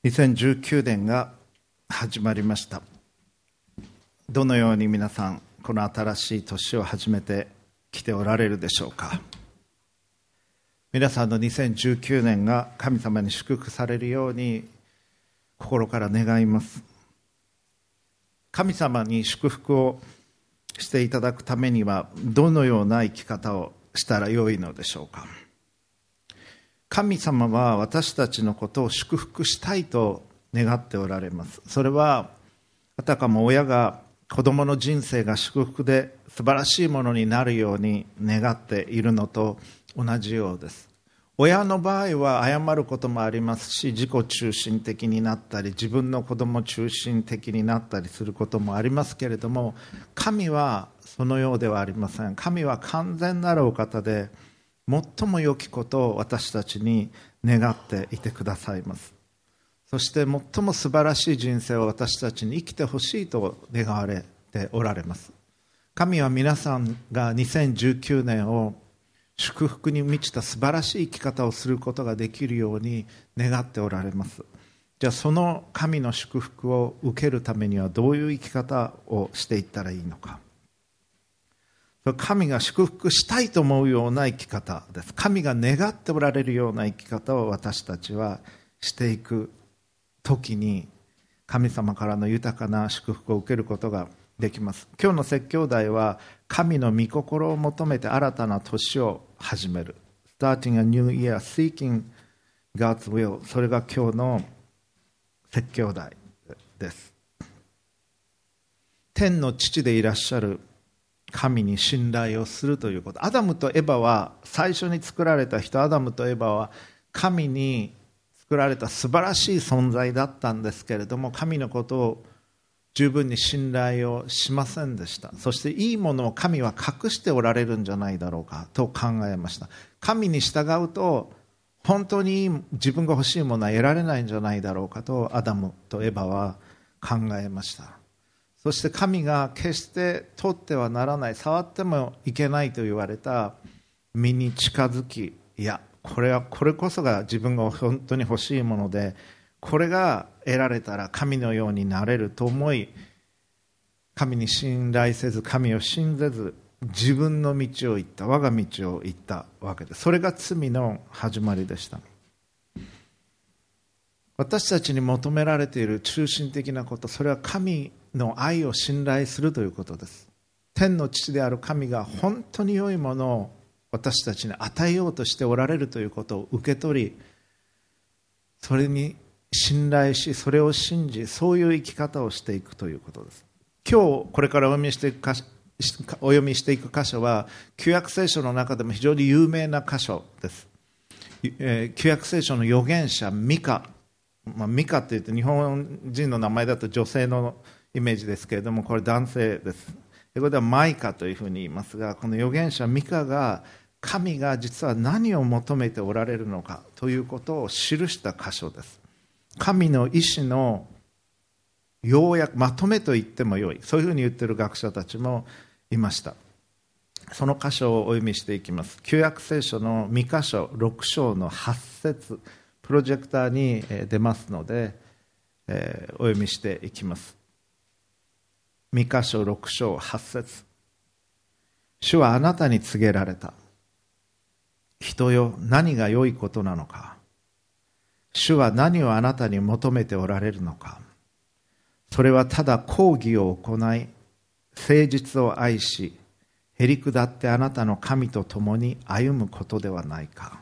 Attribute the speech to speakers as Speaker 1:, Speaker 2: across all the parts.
Speaker 1: 2019年が始まりました。どのように皆さんこの新しい年を始めてきておられるでしょうか。皆さんの2019年が神様に祝福されるように心から願います。神様に祝福をしていただくためにはどのような生き方をしたらよいのでしょうか。神様は私たちのことを祝福したいと願っておられます。それはあたかも親が子供の人生が祝福で素晴らしいものになるように願っているのと同じようです。親の場合は謝ることもありますし、自己中心的になったり自分の子供中心的になったりすることもありますけれども、神はそのようではありません。神は完全なるお方で、最も良きことを私たちに願っていてくださいます。そして最も素晴らしい人生を私たちに生きてほしいと願われておられます。神は皆さんが2019年を祝福に満ちた素晴らしい生き方をすることができるように願っておられます。じゃあその神の祝福を受けるためにはどういう生き方をしていったらいいのか。神が祝福したいと思うような生き方です。神が願っておられるような生き方を私たちはしていくときに、神様からの豊かな祝福を受けることができます。今日の説教題は、神の御心を求めて新たな年を始める。Starting a new year, seeking God's will。それが今日の説教題です。天の父でいらっしゃる神に信頼をするということ。アダムとエバは、最初に作られた人アダムとエバは神に作られた素晴らしい存在だったんですけれども、神のことを十分に信頼をしませんでした。そしていいものを神は隠しておられるんじゃないだろうかと考えました。神に従うと本当に自分が欲しいものは得られないんじゃないだろうかとアダムとエバは考えました。そして神が決して取ってはならない、触ってもいけないと言われた実に近づき、いや、これこそが自分が本当に欲しいもので、これが得られたら神のようになれると思い、神に信頼せず、神を信ぜず、自分の道を行った、我が道を行ったわけです。それが罪の始まりでした。私たちに求められている中心的なこと、それは神の愛を信頼するということです。天の父である神が本当に良いものを私たちに与えようとしておられるということを受け取り、それに信頼し、それを信じ、そういう生き方をしていくということです。今日これからお読みしていく箇所は、旧約聖書の中でも非常に有名な箇所です。旧約聖書の預言者ミカ、ミカって言って日本人の名前だと女性のイメージですけれども、これ男性です。英語ではマイカというふうに言いますが、この預言者ミカが神が実は何を求めておられるのかということを記した箇所です。神の意志の要約、まとめと言ってもよい、そういうふうに言っている学者たちもいました。その箇所をお読みしていきます。旧約聖書のミカ書6章の8節、プロジェクターに出ますので、お読みしていきます。ミカ書6章8節、主はあなたに告げられた。人よ、何が良いことなのか。主は何をあなたに求めておられるのか。それはただ公義を行い、誠実を愛し、へりくだってあなたの神と共に歩むことではないか。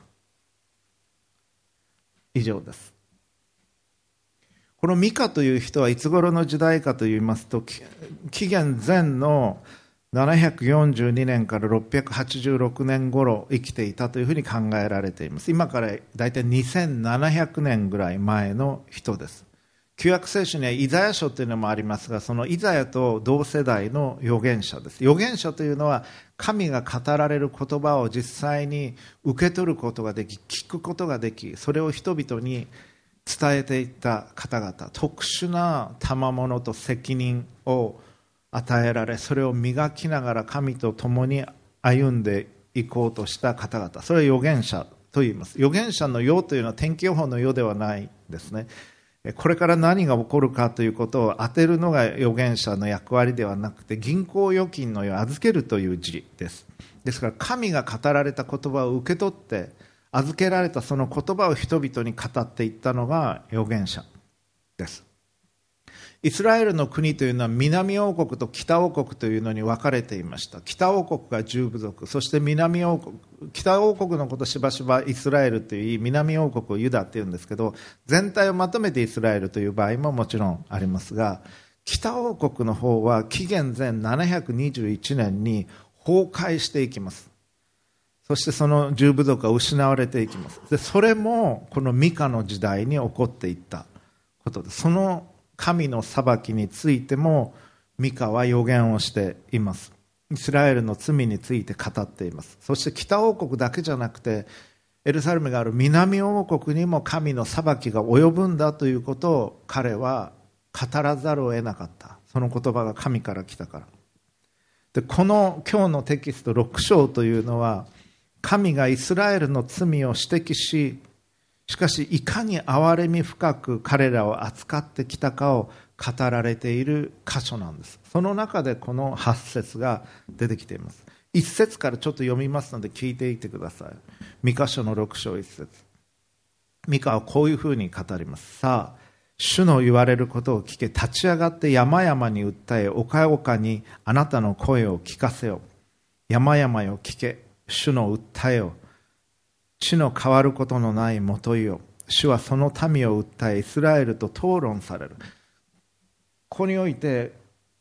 Speaker 1: 以上です。このミカという人はいつ頃の時代かといいますと、紀元前の742年から686年頃生きていたというふうに考えられています。今からだいたい2700年ぐらい前の人です。旧約聖書にはイザヤ書というのもありますが、そのイザヤと同世代の預言者です。預言者というのは神が語られる言葉を実際に受け取ることができ、聞くことができ、それを人々に伝えていった方々、特殊な賜物と責任を与えられ、それを磨きながら神と共に歩んでいこうとした方々、それを預言者と言います。預言者の世というのは天気予報の世ではないですね。 これから何が起こるかということを当てるのが預言者の役割ではなくて、銀行預金のように預けるという字です。ですから神が語られた言葉を受け取って預けられたその言葉を人々に語っていったのが預言者です。イスラエルの国というのは南王国と北王国というのに分かれていました。北王国が10部族、そして南王国、北王国のことをしばしばイスラエルといい、南王国をユダというんですけど、全体をまとめてイスラエルという場合ももちろんありますが、北王国の方は紀元前721年に崩壊していきます。そしてその10部族が失われていきます。でそれもこのミカの時代に起こっていったことです。その神の裁きについてもミカは予言をしています。イスラエルの罪について語っています。そして北王国だけじゃなくてエルサレムがある南王国にも神の裁きが及ぶんだということを彼は語らざるを得なかった。その言葉が神から来たから。でこの今日のテキスト6章というのは、神がイスラエルの罪を指摘し、しかしいかに憐れみ深く彼らを扱ってきたかを語られている箇所なんです。その中でこの8節が出てきています。1節からちょっと読みますので聞いていてください。ミカ書の6章1節。ミカはこういうふうに語ります。さあ、主の言われることを聞け、立ち上がって山々に訴え、丘々にあなたの声を聞かせよ。山々よ聞け、主の訴えを。主の変わることのないもといよ。主はその民を訴え、イスラエルと討論される。ここにおいて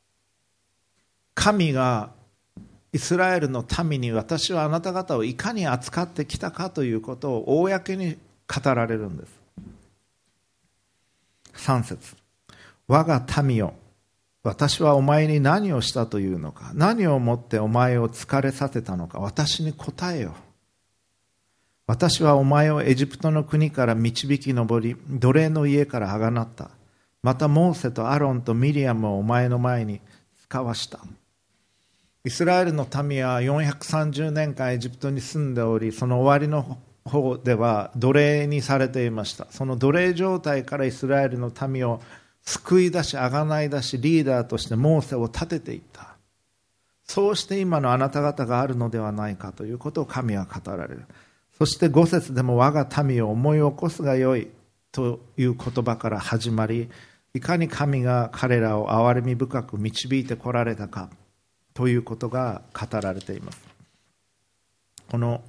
Speaker 1: 神がイスラエルの民に、私はあなた方をいかに扱ってきたかということを公に語られるんです。3節。我が民よ、私はお前に何をしたというのか、何をもってお前を疲れさせたのか、私に答えよ。私はお前をエジプトの国から導き上り、奴隷の家からあがなった。またモーセとアロンとミリアムをお前の前に使わした。イスラエルの民は430年間エジプトに住んでおり、その終わりの方では奴隷にされていました。その奴隷状態からイスラエルの民を救い出し、あがない出し、リーダーとしてモーセを立てていった。そうして今のあなた方があるのではないかということを神は語られる。そして5節でも我が民を思い起こすがよいという言葉から始まり、いかに神が彼らを憐れみ深く導いてこられたかということが語られています。この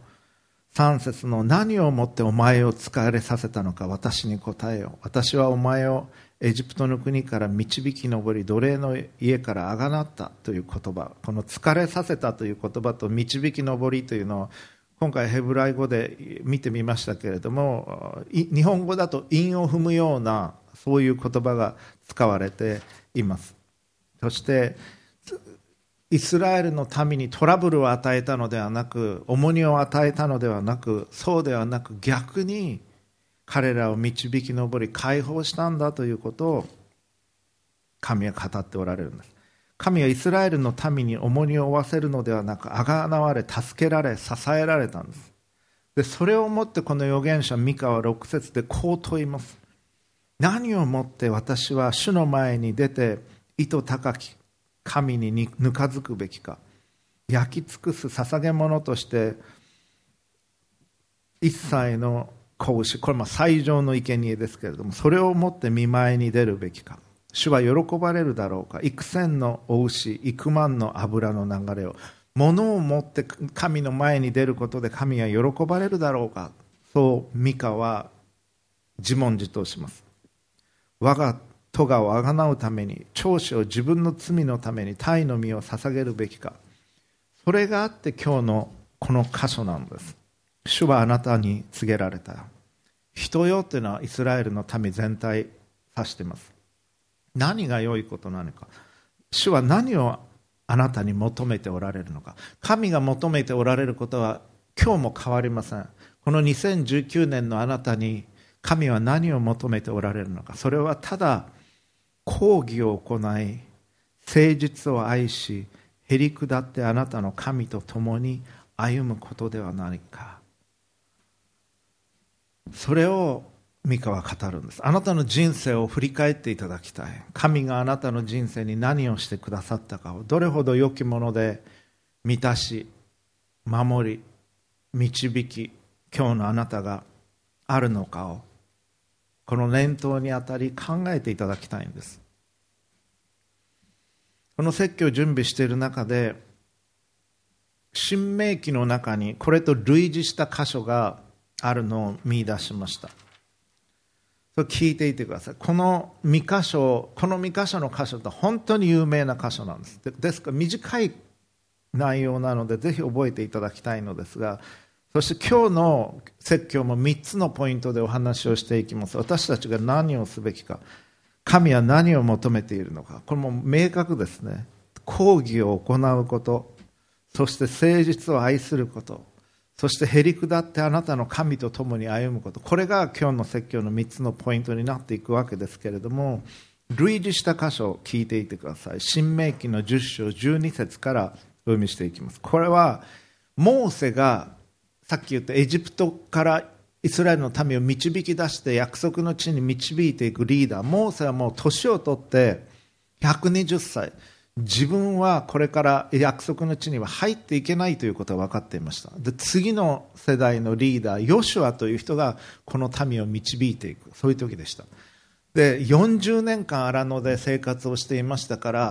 Speaker 1: 3節の何をもってお前を疲れさせたのか私に答えよ。私はお前をエジプトの国から導き上り、奴隷の家からあがなったという言葉、この疲れさせたという言葉と導き上りというのを今回ヘブライ語で見てみましたけれども、日本語だと韻を踏むようなそういう言葉が使われています。そしてイスラエルの民にトラブルを与えたのではなく、重荷を与えたのではなく、そうではなく逆に彼らを導き上り解放したんだということを神は語っておられるんです。神はイスラエルの民に重荷を負わせるのではなく、あがなわれ、助けられ、支えられたんです。でそれをもってこの預言者ミカは6節でこう問います。何をもって私は主の前に出て意図高き神にぬかづくべきか。焼き尽くす捧げ物として一切の子牛、これ最上の生贄ですけれども、それをもって見舞いに出るべきか。主は喜ばれるだろうか。幾千のお牛、幾万の油の流れを、物を持って神の前に出ることで神は喜ばれるだろうか。そうミカは自問自答します。我が咎をあがなうために、長子を自分の罪のために鯛の身を捧げるべきか。それがあって今日のこの箇所なんです。主はあなたに告げられた。人よというのはイスラエルの民全体指しています。何が良いことなのか。主は何をあなたに求めておられるのか。神が求めておられることは今日も変わりません。この2019年のあなたに神は何を求めておられるのか。それはただ公義を行い、誠実を愛し、へりくだってあなたの神と共に歩むことではないか。それをミカは語るんです。あなたの人生を振り返っていただきたい。神があなたの人生に何をしてくださったかを、どれほど良きもので満たし、守り、導き、今日のあなたがあるのかを、この念頭にあたり考えていただきたいんです。この説教を準備している中で、申命記の中にこれと類似した箇所があるのを見出しました。それ聞いていてください。この2箇所の箇所って本当に有名な箇所なんです。ですから短い内容なのでぜひ覚えていただきたいのですが、そして今日の説教も3つのポイントでお話をしていきます。私たちが何をすべきか、神は何を求めているのか、これも明確ですね。公義を行うこと、そして誠実を愛すること、そしてへり下ってあなたの神と共に歩むこと、これが今日の説教の3つのポイントになっていくわけですけれども、類似した箇所を聞いていてください。申命記の10章12節からお読みしていきます。これはモーセがさっき言ったエジプトからイスラエルの民を導き出して約束の地に導いていくリーダー、モーセはもう年を取って120歳、自分はこれから約束の地には入っていけないということは分かっていました。で、次の世代のリーダーヨシュアという人がこの民を導いていく、そういう時でした。で、40年間荒野で生活をしていましたから、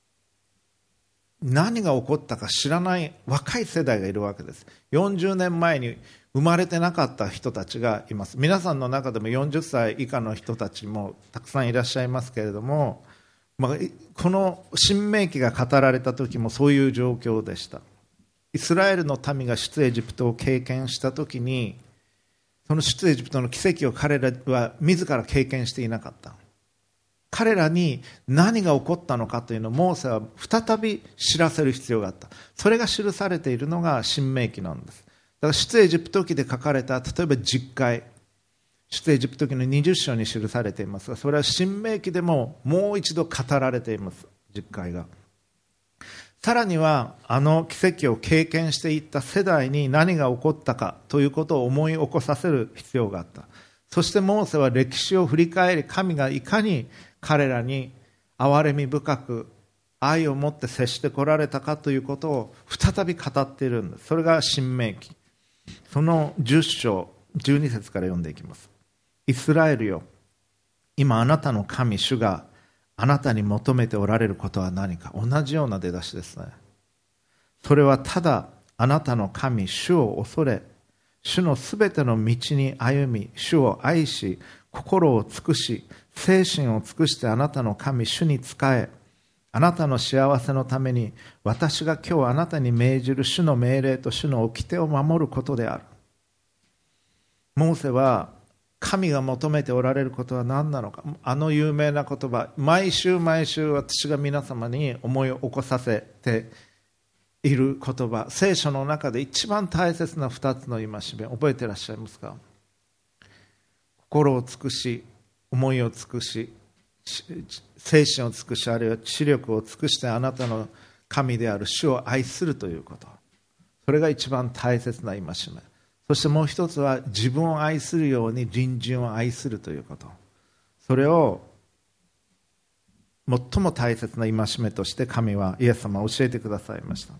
Speaker 1: 何が起こったか知らない若い世代がいるわけです。40年前に生まれてなかった人たちがいます。皆さんの中でも40歳以下の人たちもたくさんいらっしゃいますけれども、この申命記が語られた時もそういう状況でした。イスラエルの民が出エジプトを経験した時に、その出エジプトの奇跡を彼らは自ら経験していなかった。彼らに何が起こったのかというのをモーセは再び知らせる必要があった。それが記されているのが申命記なんです。だから出エジプト記で書かれた、例えば十戒、出エジプト記の20章に記されていますが、それは申命記でももう一度語られています。十戒が。さらにはあの奇跡を経験していった世代に何が起こったかということを思い起こさせる必要があった。そしてモーセは歴史を振り返り、神がいかに彼らに憐れみ深く愛を持って接してこられたかということを再び語っているんです。それが申命記。その10章12節から読んでいきます。イスラエルよ、今あなたの神主があなたに求めておられることは何か。同じような出だしですね。それはただあなたの神主を恐れ、主のすべての道に歩み、主を愛し、心を尽くし、精神を尽くしてあなたの神主に仕え、あなたの幸せのために私が今日あなたに命じる主の命令と主の掟を守ることである。モーセは神が求めておられることは何なのか、あの有名な言葉、毎週毎週私が皆様に思い起こさせている言葉、聖書の中で一番大切な2つの戒め、覚えていらっしゃいますか？心を尽くし、思いを尽くし、精神を尽くし、あるいは知力を尽くしてあなたの神である主を愛するということ、それが一番大切な戒め。そしてもう一つは自分を愛するように隣人を愛するということ、それを最も大切な戒めとして神はイエス様は教えてくださいました。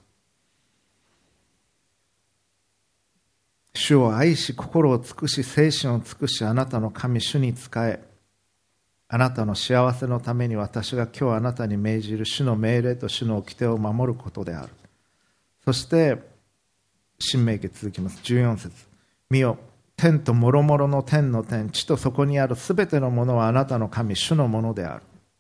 Speaker 1: 主を愛し、心を尽くし、精神を尽くし、あなたの神主に仕え、あなたの幸せのために私が今日あなたに命じる主の命令と主の掟を守ることである。そして申命記続きます。14節、見よ、天ともろもろの天の天、地とそこにあるすべてのものはあなたの神主のものである。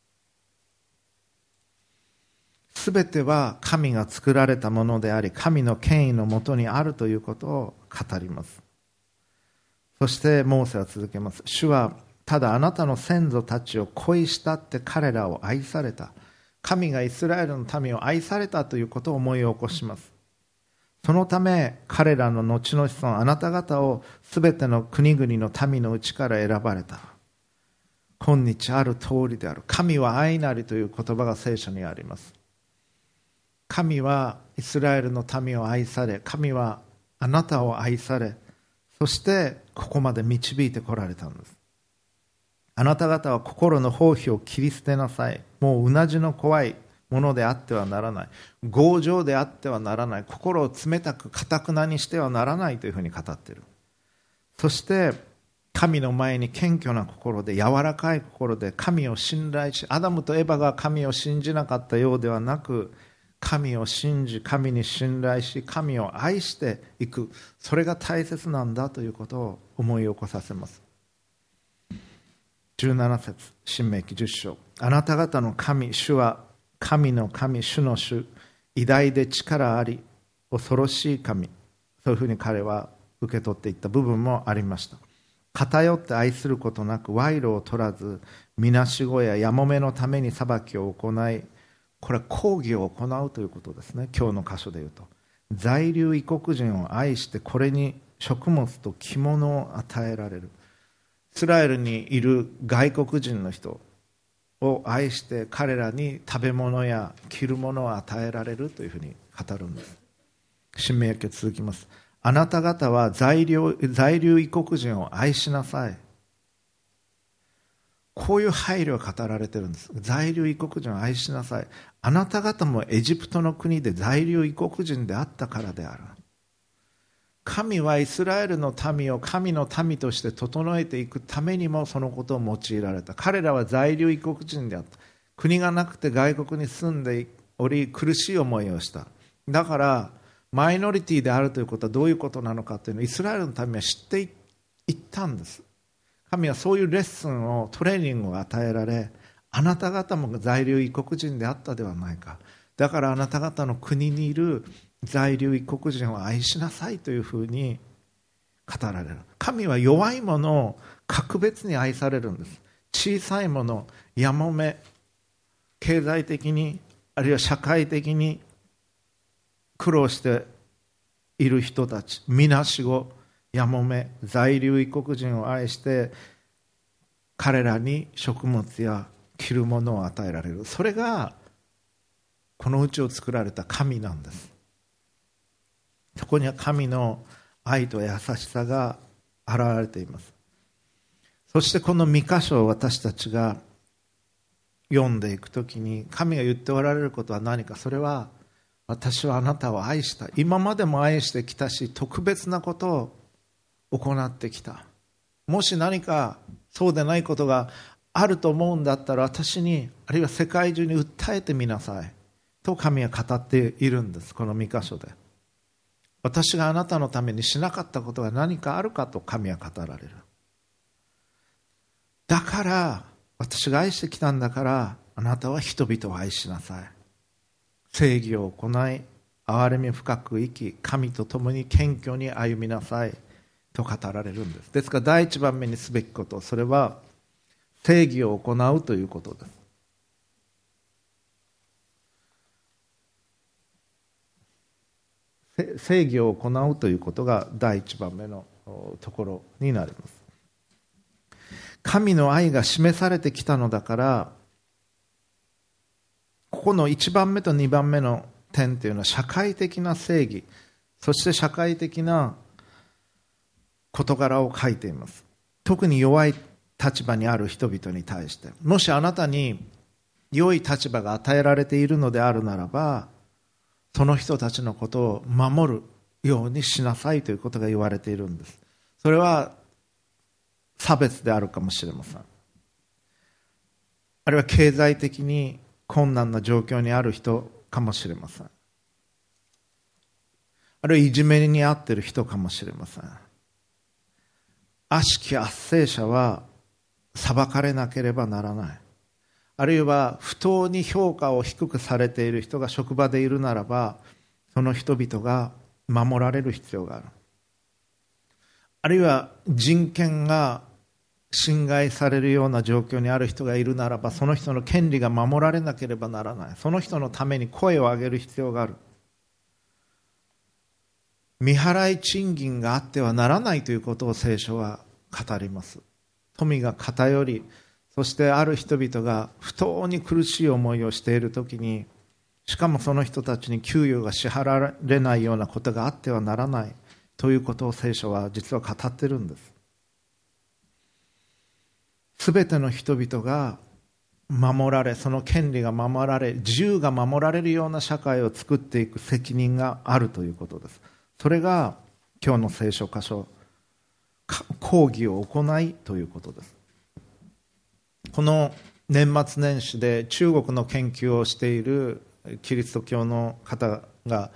Speaker 1: すべては神が作られたものであり、神の権威のもとにあるということを語ります。そしてモーセは続けます。主はただあなたの先祖たちを恋したって彼らを愛された。神がイスラエルの民を愛されたということを思い起こします。そのため彼らの後の子孫、あなた方をすべての国々の民のうちから選ばれた。今日ある通りである。神は愛なりという言葉が聖書にあります。神はイスラエルの民を愛され、神はあなたを愛され、そしてここまで導いてこられたんです。 あなた方は心の放棄を切り捨てなさい。もううなじの怖いものであってはならない。強情であってはならない。心を冷たく堅くなにしてはならないというふうに語っている。そして神の前に謙虚な心で、柔らかい心で神を信頼し、アダムとエバが神を信じなかったようではなく、神を信じ、神に信頼し、神を愛していく、それが大切なんだということを思い起こさせます。17節、申命記10章。あなた方の神、主は神の神、主の主、偉大で力あり、恐ろしい神。そういうふうに彼は受け取っていった部分もありました。偏って愛することなく、賄賂を取らず、みなしごややもめのために裁きを行い、これは公義を行うということですね。今日の箇所で言うと、在留異国人を愛して、これに食物と着物を与えられる。イスラエルにいる外国人の人を愛して、彼らに食べ物や着るものを与えられるというふうに語るんです。申命記続きます。あなた方は在留異国人を愛しなさい。こういう配慮が語られているんです。在留異国人を愛しなさい。あなた方もエジプトの国で在留異国人であったからである。神はイスラエルの民を神の民として整えていくためにもそのことを用いられた。彼らは在留異国人であった。国がなくて外国に住んでおり、苦しい思いをした。だからマイノリティであるということはどういうことなのかというのをイスラエルの民は知っていったんです。神はそういうレッスンを、トレーニングを与えられ、あなた方も在留異国人であったではないか。だからあなた方の国にいる在留異国人を愛しなさいというふうに語られる。神は弱いものを格別に愛されるんです。小さいもの、やもめ、経済的にあるいは社会的に苦労している人たち、みなしご、やもめ、在留異国人を愛して、彼らに食物や着るものを与えられる。それがこの宇宙を作られた神なんです。そこには神の愛と優しさが現れています。そしてこの御箇所を私たちが読んでいくときに、神が言っておられることは何か。それは、私はあなたを愛した。今までも愛してきたし、特別なことを行ってきた。もし何かそうでないことがあると思うんだったら、私に、あるいは世界中に訴えてみなさいと神は語っているんです。この御箇所で、私があなたのためにしなかったことが何かあるかと神は語られる。だから私が愛してきたんだから、あなたは人々を愛しなさい。正義を行い、憐れみ深く生き、神と共に謙虚に歩みなさいと語られるんです。ですから第一番目にすべきこと、それは正義を行うということです。正義を行うということが第一番目のところになります。神の愛が示されてきたのだから、ここの1番目と2番目の点というのは社会的な正義、そして社会的な事柄を書いています。特に弱い立場にある人々に対して、もしあなたに良い立場が与えられているのであるならば、その人たちのことを守るようにしなさいということが言われているんです。それは差別であるかもしれません。あるいは経済的に困難な状況にある人かもしれません。あるいはいじめに遭っている人かもしれません。悪しき圧政者は裁かれなければならない。あるいは不当に評価を低くされている人が職場でいるならば、その人々が守られる必要がある。あるいは人権が侵害されるような状況にある人がいるならば、その人の権利が守られなければならない。その人のために声を上げる必要がある。未払い賃金があってはならないということを聖書は語ります。富が偏り、そしてある人々が不当に苦しい思いをしているときに、しかもその人たちに給与が支払われないようなことがあってはならないということを聖書は実は語っているんです。 すべての人々が守られ、その権利が守られ、自由が守られるような社会を作っていく責任があるということです。それが今日の聖書箇所、講義を行いということです。この年末年始で中国の研究をしているキリスト教の方が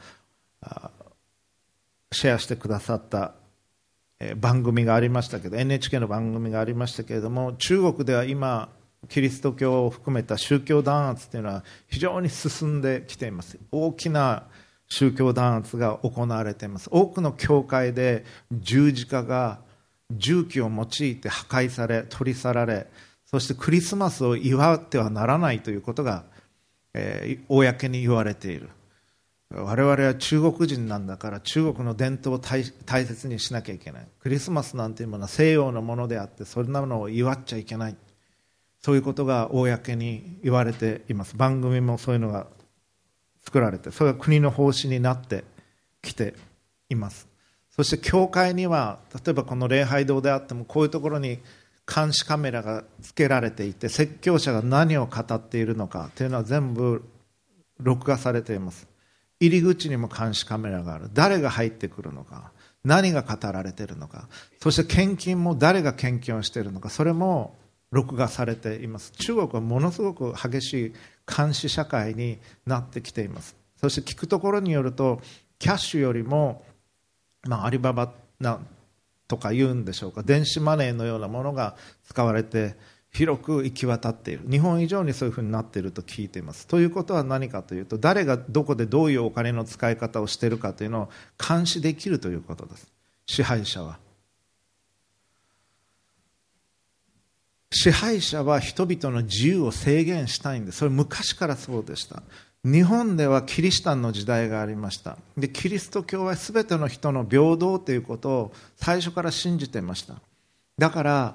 Speaker 1: シェアしてくださった番組がありましたけど、 NHK の番組がありましたけれども、中国では今キリスト教を含めた宗教弾圧というのは非常に進んできています。大きな宗教弾圧が行われています。多くの教会で十字架が銃器を用いて破壊され、取り去られ、そしてクリスマスを祝ってはならないということが、公に言われている。我々は中国人なんだから中国の伝統を大切にしなきゃいけない。クリスマスなんていうものは西洋のものであって、そんなものを祝っちゃいけない、そういうことが公に言われています。番組もそういうのが作られて、それが国の方針になってきています。そして教会には、例えばこの礼拝堂であっても、こういうところに監視カメラがつけられていて、説教者が何を語っているのかというのは全部録画されています。入り口にも監視カメラがある。誰が入ってくるのか、何が語られているのか、そして献金も誰が献金をしているのか、それも録画されています。中国はものすごく激しい監視社会になってきています。そして聞くところによると、キャッシュよりも、アリババとか言うんでしょうか、電子マネーのようなものが使われて広く行き渡っている。日本以上にそういうふうになっていると聞いています。ということは何かというと、誰がどこでどういうお金の使い方をしているかというのを監視できるということです。支配者は人々の自由を制限したいんです。それ昔からそうでした。日本ではキリシタンの時代がありました。で、キリスト教は全ての人の平等ということを最初から信じていました。だから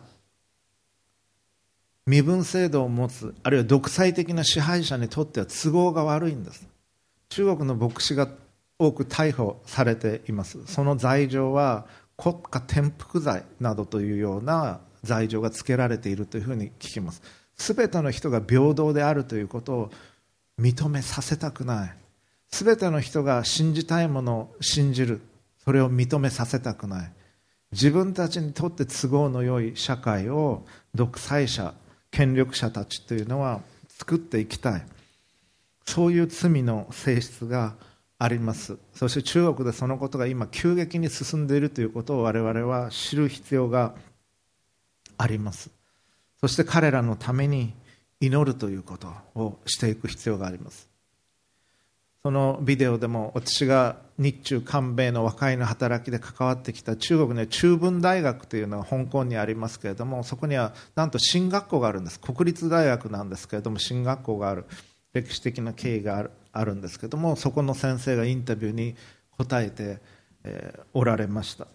Speaker 1: 身分制度を持つ、あるいは独裁的な支配者にとっては都合が悪いんです。中国の牧師が多く逮捕されています。その罪状は国家転覆罪などというような罪状がつけられているというふうに聞きます。すべての人が平等であるということを認めさせたくない。すべての人が信じたいものを信じる、それを認めさせたくない。自分たちにとって都合の良い社会を独裁者、権力者たちというのは作っていきたい。そういう罪の性質があります。そして中国でそのことが今急激に進んでいるということを我々は知る必要があります。そして彼らのために祈るということをしていく必要があります。そのビデオでも私が日中韓米の和解の働きで関わってきた中国には中文大学というのが香港にありますけれども、そこにはなんと進学校があるんです。国立大学なんですけれども進学校がある、歴史的な経緯があるんですけれども、そこの先生がインタビューに答えて、おられました。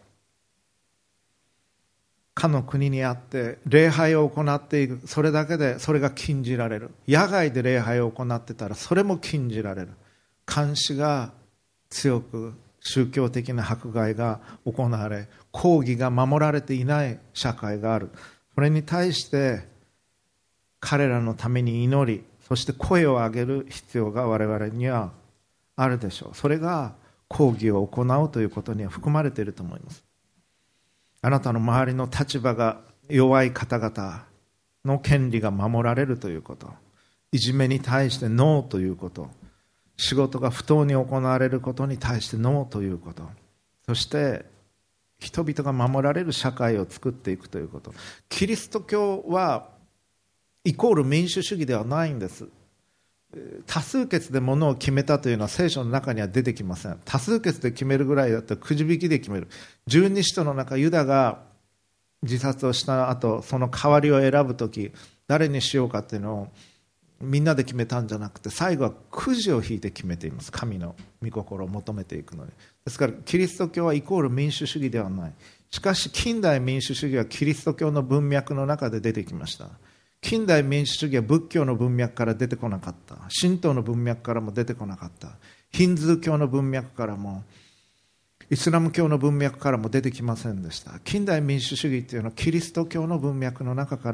Speaker 1: かの国にあって礼拝を行っている、それだけでそれが禁じられる。野外で礼拝を行ってたらそれも禁じられる。監視が強く、宗教的な迫害が行われ、公義が守られていない社会がある。それに対して彼らのために祈り、そして声を上げる必要が我々にはあるでしょう。それが公義を行うということには含まれていると思います。あなたの周りの立場が弱い方々の権利が守られるということ、いじめに対してノーということ、仕事が不当に行われることに対してノーということ、そして人々が守られる社会を作っていくということ。キリスト教はイコール民主主義ではないんです。多数決で物を決めたというのは聖書の中には出てきません。多数決で決めるぐらいだったらくじ引きで決める。十二使徒の中、ユダが自殺をした後、その代わりを選ぶとき誰にしようかというのをみんなで決めたんじゃなくて、最後はくじを引いて決めています。神の御心を求めていくのに。ですからキリスト教はイコール民主主義ではない。しかし近代民主主義はキリスト教の文脈の中で出てきました。近代民主主義は仏教の文脈から出てこなかった。神道の文脈からも出てこなかった。ヒンズー教の文脈からもイスラム教の文脈からも出てきませんでした。近代民主主義というのはキリスト教の文脈の中から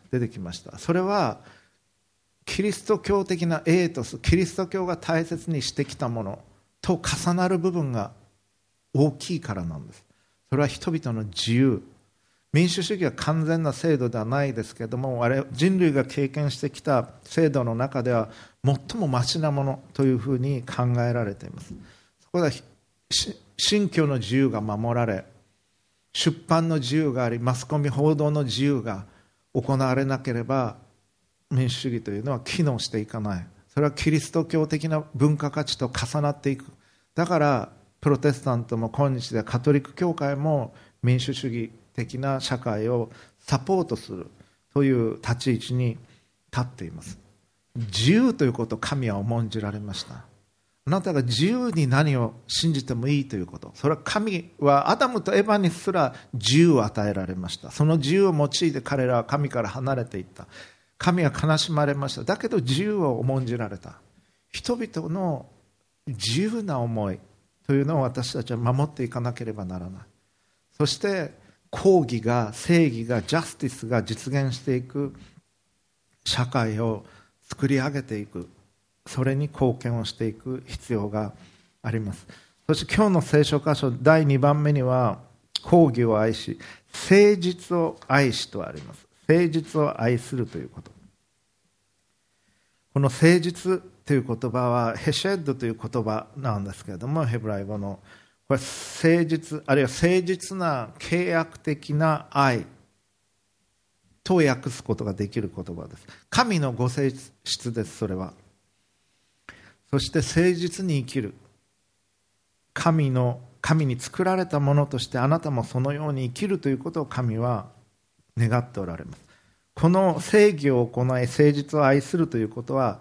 Speaker 1: 出てきました。それはキリスト教的なエイトス、キリスト教が大切にしてきたものと重なる部分が大きいからなんです。それは人々の自由、民主主義は完全な制度ではないですけれども、人類が経験してきた制度の中では最もマシなものというふうに考えられています。そこでは信教の自由が守られ、出版の自由があり、マスコミ報道の自由が行われなければ民主主義というのは機能していかない。それはキリスト教的な文化価値と重なっていく。だからプロテスタントも今日ではカトリック教会も民主主義的な社会をサポートするという立ち位置に立っています。自由ということを神は重んじられました。あなたが自由に何を信じてもいいということ、それは神はアダムとエバにすら自由を与えられました。その自由を用いて彼らは神から離れていった。神は悲しまれました。だけど自由を重んじられた。人々の自由な思いというのを私たちは守っていかなければならない。そして公義が、正義が、ジャスティスが実現していく社会を作り上げていく、それに貢献をしていく必要があります。そして今日の聖書箇所第2番目には、公義を愛し誠実を愛しとあります。誠実を愛するということ。この誠実という言葉はヘシェッドという言葉なんですけれども、ヘブライ語のこれ誠実、あるいは誠実な契約的な愛と訳すことができる言葉です。神のご性質です。それはそして誠実に生きる、神に作られたものとしてあなたもそのように生きるということを神は願っておられます。この正義を行い誠実を愛するということは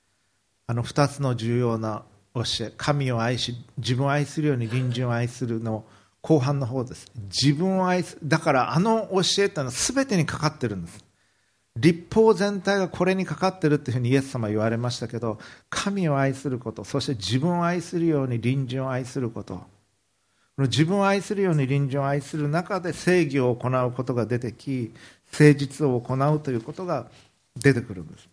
Speaker 1: 2つの重要な教え、神を愛し自分を愛するように隣人を愛するの後半の方です。自分を愛する、だから教えというのは全てにかかってるんです。律法全体がこれにかかってるっていうふうにイエス様は言われましたけど、神を愛すること、そして自分を愛するように隣人を愛すること、この自分を愛するように隣人を愛する中で正義を行うことが出てき、誠実を行うということが出てくるんです。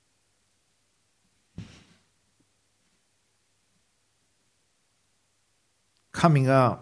Speaker 1: 神が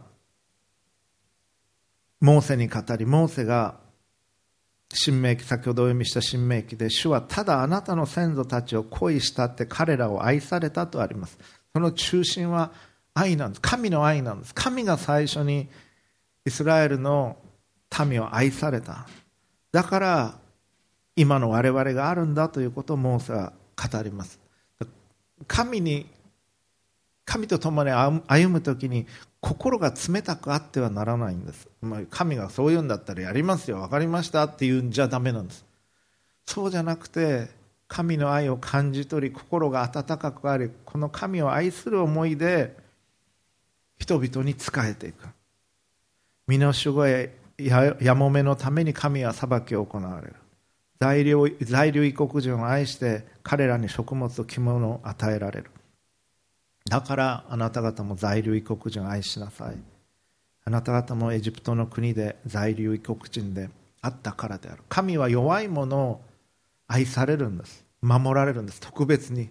Speaker 1: モーセに語り、モーセが新明記、先ほどお読みした新明記で、主はただあなたの先祖たちを恋したって彼らを愛されたとあります。その中心は愛なんです。神の愛なんです。神が最初にイスラエルの民を愛された。だから今の我々があるんだということをモーセは語ります。神と共に歩むときに心が冷たくあってはならないんです。神がそう言うんだったらやりますよ、分かりましたって言うんじゃダメなんです。そうじゃなくて、神の愛を感じ取り、心が温かくあり、この神を愛する思いで人々に仕えていく。身の守護やもめのために神は裁きを行われる。在留異国人を愛して彼らに食物と着物を与えられる。だからあなた方も在留異国人を愛しなさい。あなた方もエジプトの国で在留異国人であったからである。神は弱い者を愛されるんです。守られるんです。特別に。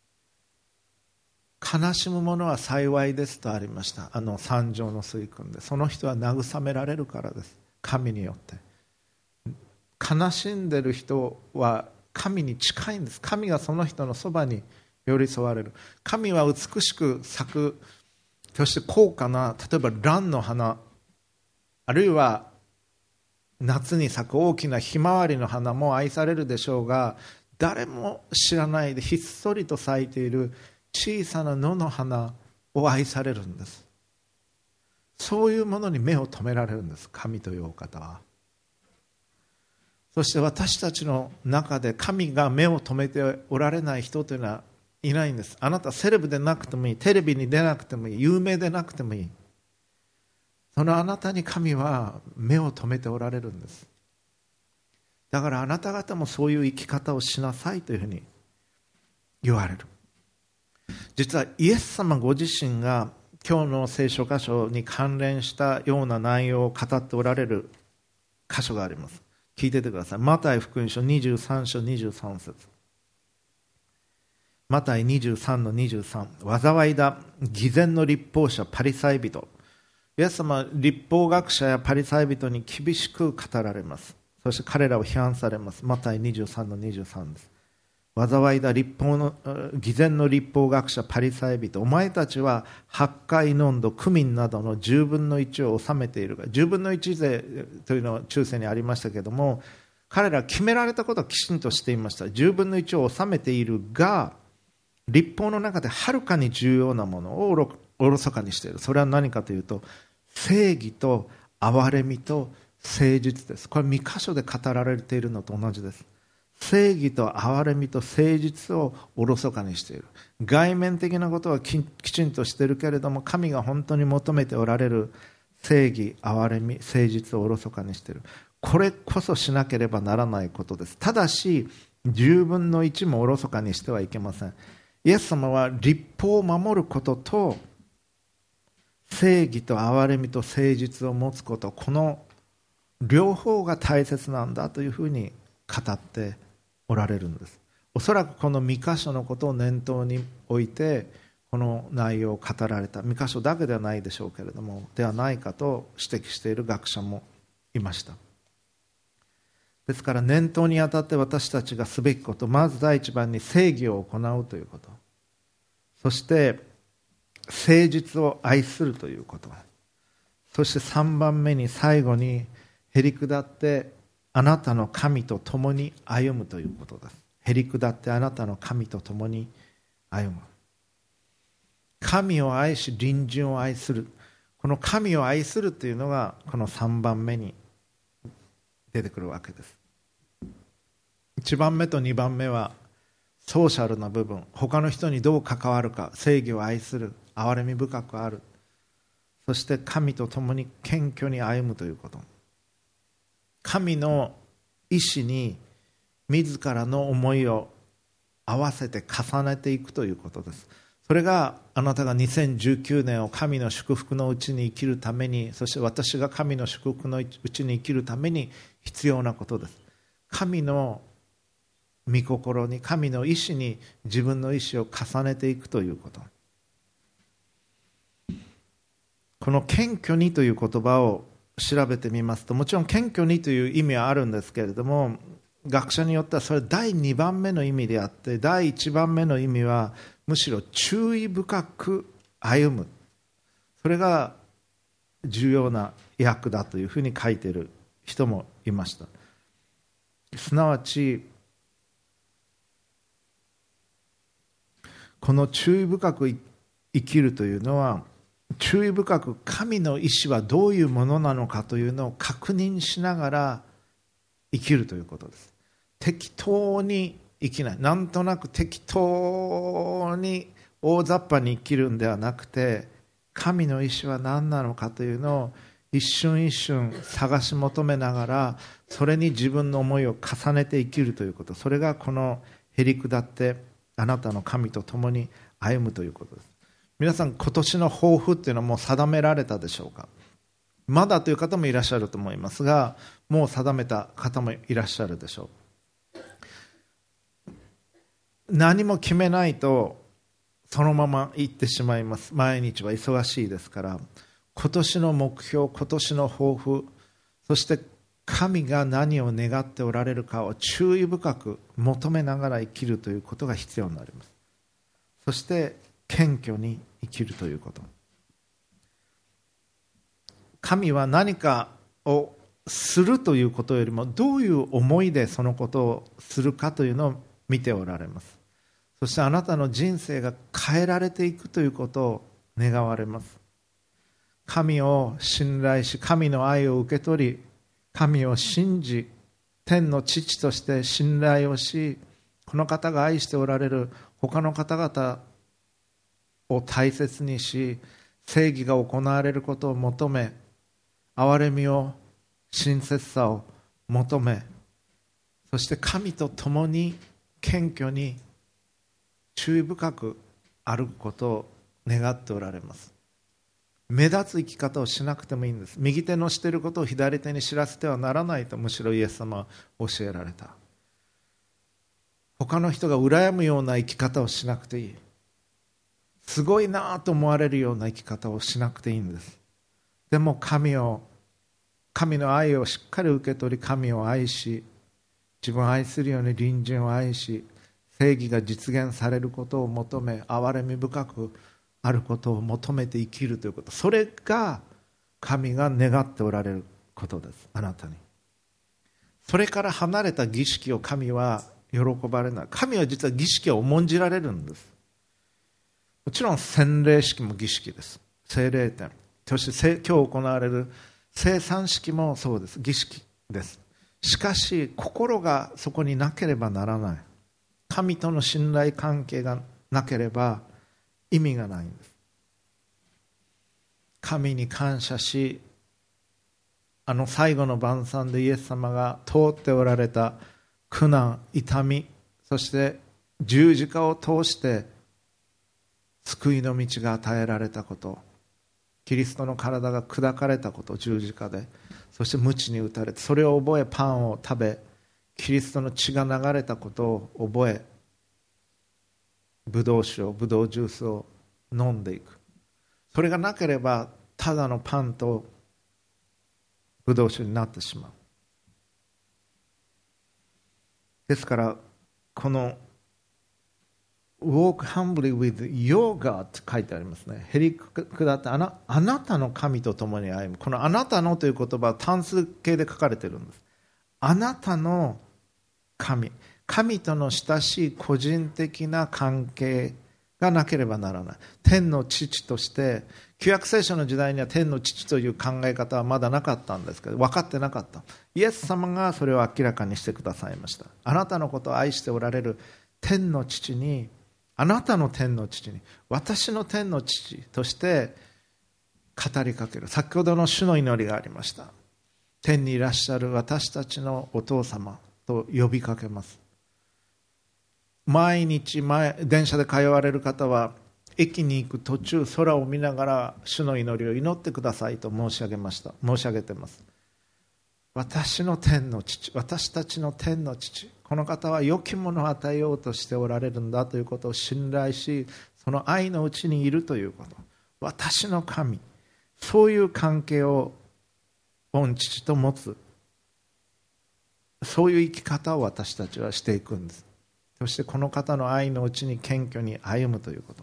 Speaker 1: 悲しむ者は幸いですとありました。三条の水訓で、その人は慰められるからです。神によって。悲しんでる人は神に近いんです。神がその人のそばに寄り添われる。神は美しく咲く、そして高価な、例えば蘭の花、あるいは夏に咲く大きなひまわりの花も愛されるでしょうが、誰も知らないでひっそりと咲いている小さな野の花を愛されるんです。そういうものに目を留められるんです、神というお方は。そして私たちの中で神が目を留めておられない人というのはいないんです。あなたセレブでなくてもいい、テレビに出なくてもいい、有名でなくてもいい、そのあなたに神は目を留めておられるんです。だからあなた方もそういう生き方をしなさいというふうに言われる。実はイエス様ご自身が今日の聖書箇所に関連したような内容を語っておられる箇所があります。 聞いててください。マタイ福音書23章23節。マタイ23の23。災いだ偽善の律法者パリサイ人。イエス様は律法学者やパリサイ人に厳しく語られます。そして彼らを批判されます。マタイ23の23です。災いだ偽善の律法学者パリサイ人、お前たちは八海飲んどクミンなどの10分の1を納めているが、10分の1税というのは中世にありましたけれども、彼らは決められたことはきちんとしていました。10分の1を納めているが、律法の中ではるかに重要なものをおろそかにしている。それは何かというと、正義と憐れみと誠実です。これ3箇所で語られているのと同じです。正義と憐れみと誠実をおろそかにしている。外面的なことはきちんとしているけれども、神が本当に求めておられる正義、憐れみ、誠実をおろそかにしている。これこそしなければならないことです。ただし10分の1もおろそかにしてはいけません。イエス様は律法を守ることと正義と憐れみと誠実を持つこと、この両方が大切なんだというふうに語っておられるんです。おそらくこの2箇所のことを念頭に置いてこの内容を語られた、2箇所だけではないでしょうけれども、ではないかと指摘している学者もいました。ですから念頭にあたって私たちがすべきこと、まず第一番に正義を行うということ、そして誠実を愛するということ、そして3番目に最後にへり下ってあなたの神と共に歩むということです。へり下ってあなたの神と共に歩む。神を愛し隣人を愛する、この神を愛するというのがこの3番目に出てくるわけです。1番目と2番目はソーシャルな部分、他の人にどう関わるか、正義を愛する、憐れみ深くある、そして神と共に謙虚に歩むということ、神の意志に自らの思いを合わせて重ねていくということです。それがあなたが2019年を神の祝福のうちに生きるために、そして私が神の祝福のうちに生きるために必要なことです。神の御心に、神の意志に自分の意志を重ねていくということ。この謙虚にという言葉を調べてみますと、もちろん謙虚にという意味はあるんですけれども、学者によってはそれ第2番目の意味であって、第1番目の意味はむしろ注意深く歩む、それが重要な訳だというふうに書いている人もいました。すなわちこの注意深く生きるというのは、注意深く神の意志はどういうものなのかというのを確認しながら生きるということです。適当に生きない、なんとなく適当に大雑把に生きるんではなくて、神の意志は何なのかというのを一瞬一瞬探し求めながら、それに自分の思いを重ねて生きるということ、それがこのへり下ってあなたの神と共に歩むということです。皆さん、今年の抱負っていうのはもう定められたでしょうか。まだという方もいらっしゃると思いますが、もう定めた方もいらっしゃるでしょう。何も決めないとそのまま行ってしまいます。毎日は忙しいですから、今年の目標、今年の抱負、そして神が何を願っておられるかを注意深く求めながら生きるということが必要になります。そして謙虚に生きるということ。神は何かをするということよりも、どういう思いでそのことをするかというのを見ておられます。そしてあなたの人生が変えられていくということを願われます。神を信頼し、神の愛を受け取り、神を信じ、天の父として信頼をし、この方が愛しておられる他の方々を大切にし、正義が行われることを求め、憐れみを、親切さを求め、そして神と共に謙虚に注意深く歩くことを願っておられます。 目立つ生き方をしなくてもいいんです。右手のしていることを左手に知らせてはならないと、むしろイエス様は教えられた。他の人が羨むような生き方をしなくていい。すごいなと思われるような生き方をしなくていいんです。でも神の愛をしっかり受け取り、神を愛し、自分を愛するように隣人を愛し、正義が実現されることを求め、憐れみ深くあることを求めて生きるということ、それが神が願っておられることです。あなたにそれから離れた儀式を神は喜ばれない。神は実は儀式を重んじられるんです。もちろん洗礼式も儀式です。聖霊典、そして今日行われる聖餐式もそうです。儀式です。しかし心がそこになければならない。神との信頼関係がなければ意味がないんです。神に感謝し、最後の晩餐でイエス様が通っておられた苦難、痛み、そして十字架を通して救いの道が与えられたこと、キリストの体が砕かれたこと、十字架で、そして鞭に打たれて、それを覚えパンを食べ、キリストの血が流れたことを覚え、ブドウ酒を、ブドウジュースを飲んでいく。それがなければただのパンとブドウ酒になってしまう。ですからこの Walk humbly with your God って書いてありますね。へり下ってあなたの神と共に歩む。このあなたのという言葉は単数形で書かれているんです。あなたの神との親しい個人的な関係がなければならない。天の父として、旧約聖書の時代には天の父という考え方はまだなかったんですけど、分かってなかった。イエス様がそれを明らかにしてくださいました。あなたのことを愛しておられる天の父に、あなたの天の父に、私の天の父として語りかける。先ほどの主の祈りがありました。天にいらっしゃる私たちのお父様と呼びかけます。毎日電車で通われる方は、駅に行く途中、空を見ながら主の祈りを祈ってくださいと申し上げています。私の天の父、私たちの天の父、この方は良きものを与えようとしておられるんだということを信頼し、その愛のうちにいるということ、私の神、そういう関係を御父と持つ、そういう生き方を私たちはしていくんです。そしてこの方の愛のうちに謙虚に歩むということ、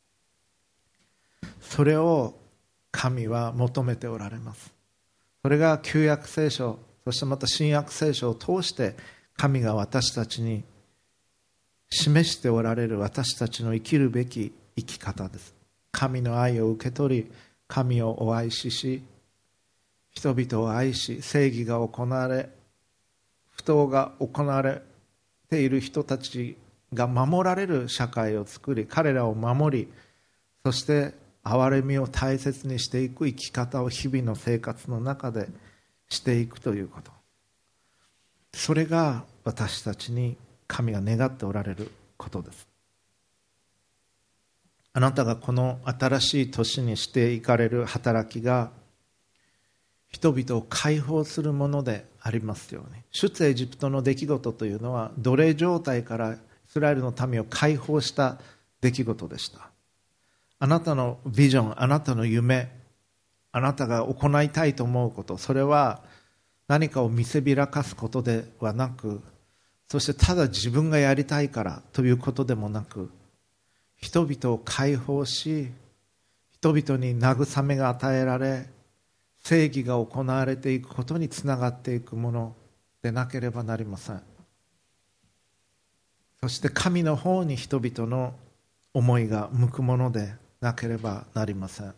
Speaker 1: それを神は求めておられます。それが旧約聖書、そしてまた新約聖書を通して神が私たちに示しておられる私たちの生きるべき生き方です。神の愛を受け取り、神をお愛しし、人々を愛し、正義が行われ、不当が行われている人たちが守られる社会を作り、彼らを守り、そして憐れみを大切にしていく生き方を日々の生活の中でしていくということ、それが私たちに神が願っておられることです。あなたがこの新しい年にしていかれる働きが人々を解放するものでありますように。出エジプトの出来事というのは奴隷状態からイスラエルの民を解放した出来事でした。あなたのビジョン、あなたの夢、あなたが行いたいと思うこと、それは何かを見せびらかすことではなく、そしてただ自分がやりたいからということでもなく、人々を解放し、人々に慰めが与えられ、正義が行われていくことにつながっていくものでなければなりません。そして神の方に人々の思いが向くものでなければなりません。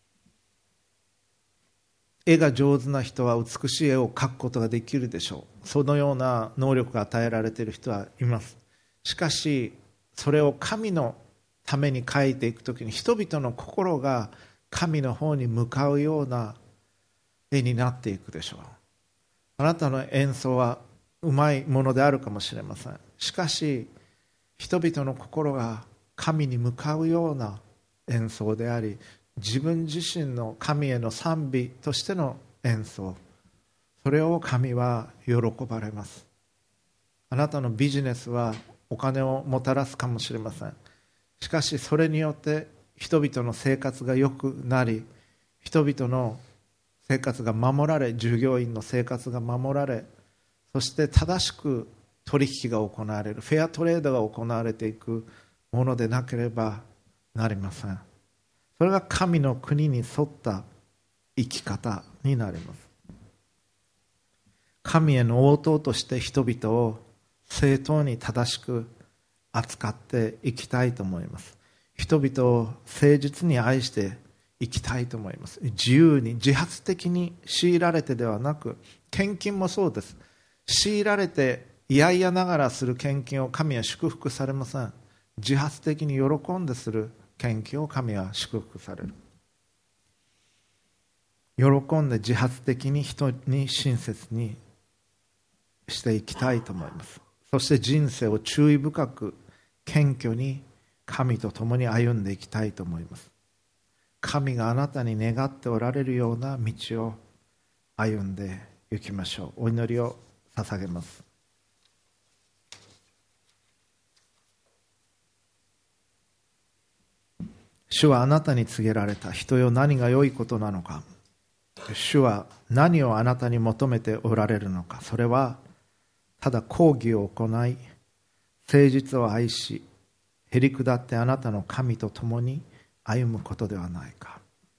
Speaker 1: 絵が上手な人は美しい絵を描くことができるでしょう。そのような能力が与えられている人はいます。しかしそれを神のために描いていくときに、人々の心が神の方に向かうような絵になっていくでしょう。あなたの演奏はうまいものであるかもしれません。しかし人々の心が神に向かうような演奏であり、 自分自身の神への賛美としての演奏、それを神は喜ばれます。あなたのビジネスはお金をもたらすかもしれません。しかしそれによって人々の生活が良くなり、人々の生活が守られ、従業員の生活が守られ、そして正しく取引が行われる、フェアトレードが行われていくものでなければなりません。それが神の国に沿った生き方になります。神への応答として人々を正当に正しく扱っていきたいと思います。人々を誠実に愛していきたいと思います。自由に自発的に強いられてではなく、献金もそうです。強いられて嫌々ながらする献金を神は祝福されません。自発的に喜んでする献金を神は祝福される。喜んで自発的に人に親切にしていきたいと思います。そして人生を注意深く謙虚に神と共に歩んでいきたいと思います。神があなたに願っておられるような道を歩んでいきましょう。お祈りを捧げます。主はあなたに告げられた。人よ、何が良いことなのか。主は何をあなたに求めておられるのか。それはただ公義を行い、誠実を愛し、へりくだってあなたの神と共に歩むことではないか。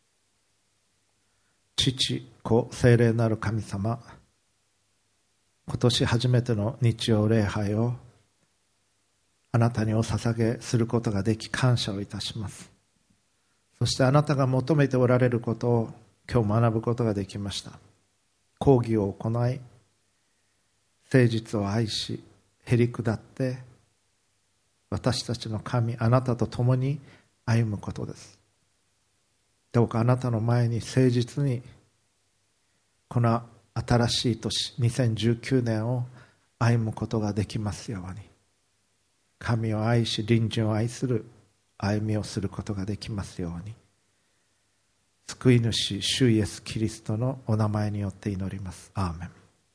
Speaker 1: 父、子、聖霊なる神様、今年初めての日曜礼拝をあなたにお捧げすることができ感謝をいたします。そしてあなたが求めておられることを今日学ぶことができました。公義を行い、誠実を愛し、へりくだって私たちの神、あなたと共に歩むことです。どうかあなたの前に誠実にこの新しい年2019年を歩むことができますように、神を愛し隣人を愛する歩みをすることができますように、救い主主イエスキリストのお名前によって祈ります。アーメン。